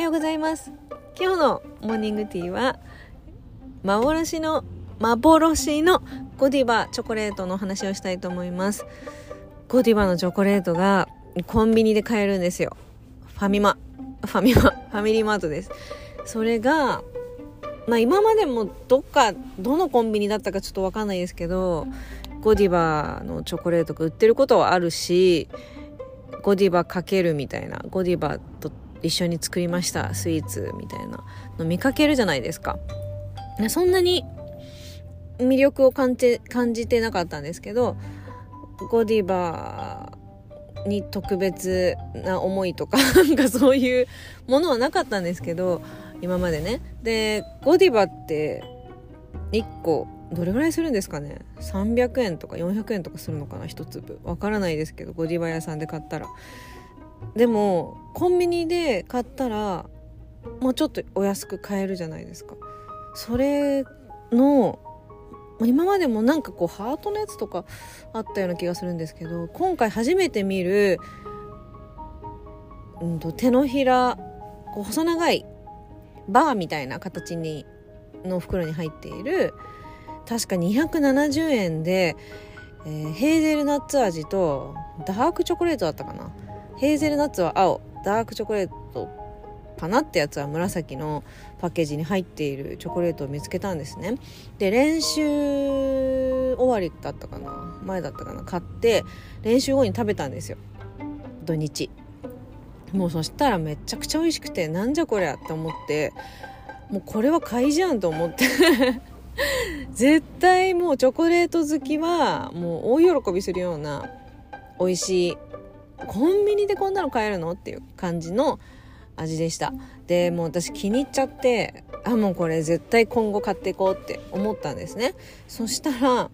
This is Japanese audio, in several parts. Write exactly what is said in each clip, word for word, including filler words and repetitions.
ようございます。今日のモーニングティーは幻の幻のゴディバチョコレートの話をしたいと思います。ゴディバのチョコレートがコンビニで買えるんですよ。ファミマファミマファミリーマートです。それがまあ今までもどっかどのコンビニだったかちょっと分かんないですけど、ゴディバのチョコレートが売ってることはあるし、ゴディバかけるみたいな、ゴディバと一緒に作りましたスイーツみたいなの見かけるじゃないですか。そんなに魅力を感じ、感じてなかったんですけど、ゴディバに特別な思いとかなんかそういうものはなかったんですけど、今までね。でゴディバっていっこどれぐらいするんですかね。さんびゃくえんとかよんひゃくえんとかするのかな、一粒わからないですけど、ゴディバ屋さんで買ったら。でもコンビニで買ったらもうちょっとお安く買えるじゃないですか。それの今までもなんかこうハートのやつとかあったような気がするんですけど、今回初めて見る、うんと手のひらこう細長いバーみたいな形にの袋に入っている、確かにひゃくななじゅうえんで、えー、ヘーゼルナッツ味とダークチョコレートだったかな。ヘーゼルナッツは青、ダークチョコレートかなってやつは紫のパッケージに入っているチョコレートを見つけたんですね。で練習終わりだったかな、前だったかな、買って練習後に食べたんですよ、土日。もうそしたらめちゃくちゃ美味しくて、なんじゃこりゃって思って、もうこれは買いじゃんと思って絶対もうチョコレート好きはもう大喜びするような美味しい、コンビニでこんなの買えるのっていう感じの味でした。でもう私気に入っちゃって、あもうこれ絶対今後買っていこうって思ったんですね。そしたら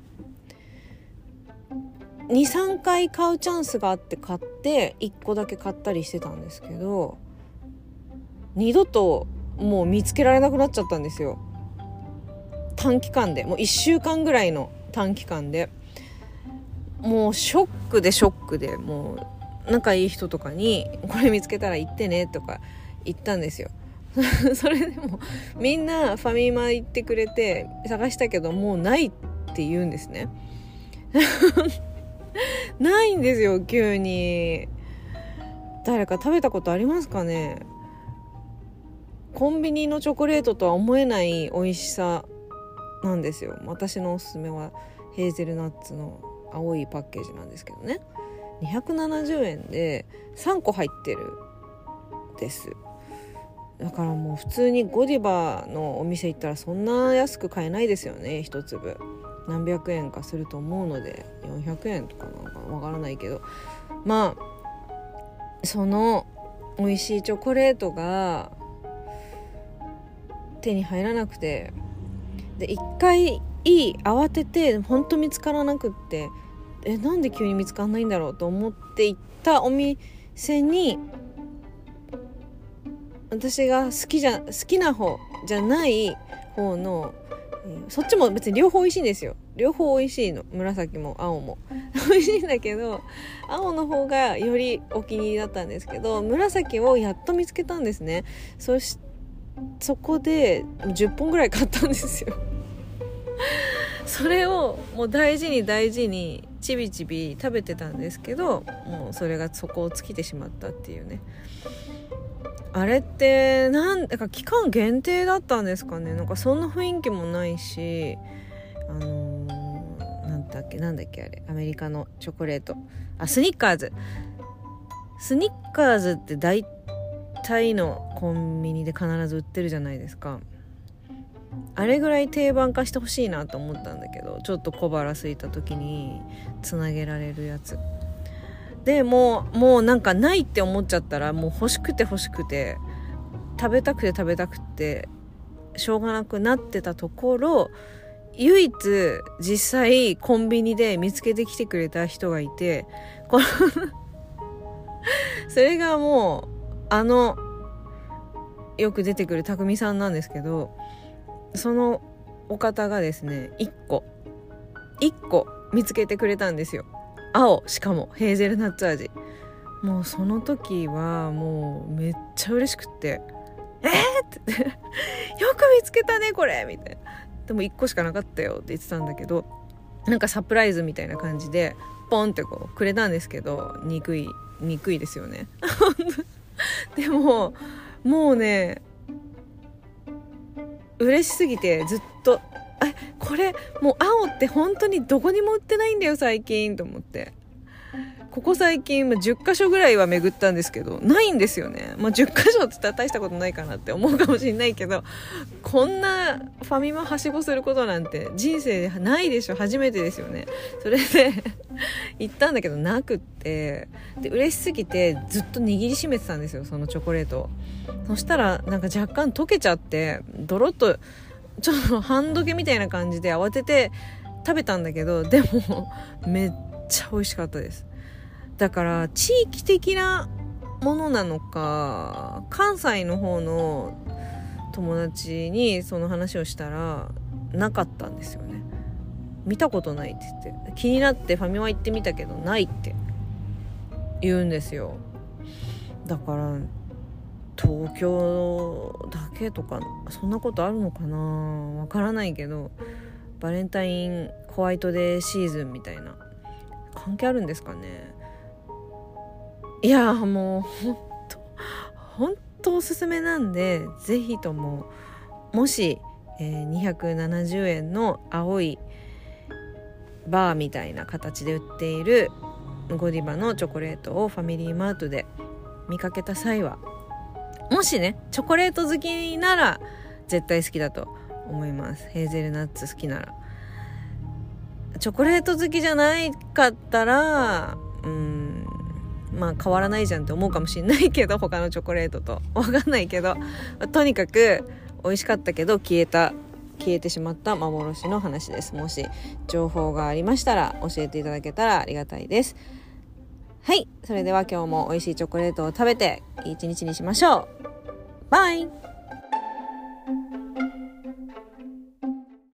にさんかい買うチャンスがあって買って、いっこだけ買ったりしてたんですけど、二度ともう見つけられなくなっちゃったんですよ。短期間でもういっしゅうかんぐらいの短期間で、もうショックでショックで、もう仲いい人とかにこれ見つけたら行ってねとか言ったんですよそれでもみんなファミマ行ってくれて探したけどもうないって言うんですねないんですよ急に。誰か食べたことありますかね。コンビニのチョコレートとは思えない美味しさなんですよ。私のおすすめはヘーゼルナッツの青いパッケージなんですけどね、にひゃくななじゅうえんでさんこ入ってるです。だからもう普通にゴディバのお店行ったらそんな安く買えないですよね。一粒何百円かすると思うので、よんひゃくえんとかなのかわからないけど、まあその美味しいチョコレートが手に入らなくて、で一回いい慌てて本当見つからなくって、えなんで急に見つかんないんだろうと思って行ったお店に、私が好きじゃ好きな方じゃない方の、えー、そっちも別に両方美味しいんですよ。両方美味しいの、紫も青も美味しいんだけど、青の方がよりお気に入りだったんですけど、紫をやっと見つけたんですね。そしそこでじゅっぽんぐらい買ったんですよそれをもう大事に大事にちびちび食べてたんですけど、もうそれが底を尽きてしまったっていうね。あれってなんだか期間限定だったんですかね。なんかそんな雰囲気もないし、あのー、なんだっけなんだっけあれ、アメリカのチョコレート、あスニッカーズスニッカーズって大体のコンビニで必ず売ってるじゃないですか。あれぐらい定番化してほしいなと思ったんだけど、ちょっと小腹空いた時につなげられるやつで、もうもうなんかないって思っちゃったら、もう欲しくて欲しくて食べたくて食べたくてしょうがなくなってたところ、唯一実際コンビニで見つけてきてくれた人がいて、このそれがもうあのよく出てくるたくみさんなんですけど、そのお方がですねいっこいっこ見つけてくれたんですよ。青、しかもヘーゼルナッツ味。もうその時はもうめっちゃ嬉しくって、 って言ってよく見つけたねこれみたいな。でもいっこしかなかったよって言ってたんだけど、なんかサプライズみたいな感じでポンってこうくれたんですけど、憎い憎いですよねでももうね嬉しすぎてずっとえこれもう青って本当にどこにも売ってないんだよ最近と思って、ここ最近じゅっかしょぐらいは巡ったんですけどないんですよね。まあ、じゅっかしょって言ったら大したことないかなって思うかもしれないけど、こんなファミマはしごすることなんて人生でないでしょ、初めてですよね。それで行ったんだけどなくって、で嬉しすぎてずっと握りしめてたんですよそのチョコレート。そしたらなんか若干溶けちゃってドロッとちょっと半溶けみたいな感じで慌てて食べたんだけど、でもめっちゃ美味しかったです。だから地域的なものなのか、関西の方の友達にその話をしたらなかったんですよね。見たことないって言って、気になってファミマ行ってみたけどないって言うんですよ。だから東京だけとかそんなことあるのかな、わからないけど、バレンタインホワイトデーシーズンみたいな関係あるんですかね。いやもうほんとほんとおすすめなんで、ぜひとももし、えー、にひゃくななじゅうえんの青いバーみたいな形で売っているゴディバのチョコレートをファミリーマートで見かけた際は、もしねチョコレート好きなら絶対好きだと思います。ヘーゼルナッツ好きなら。チョコレート好きじゃないかったらうーんまあ変わらないじゃんって思うかもしれないけど、他のチョコレートとわかんないけど、とにかく美味しかったけど消えた消えてしまった幻の話です。もし情報がありましたら教えていただけたらありがたいです。はい、それでは今日も美味しいチョコレートを食べていい一日にしましょう。バイ。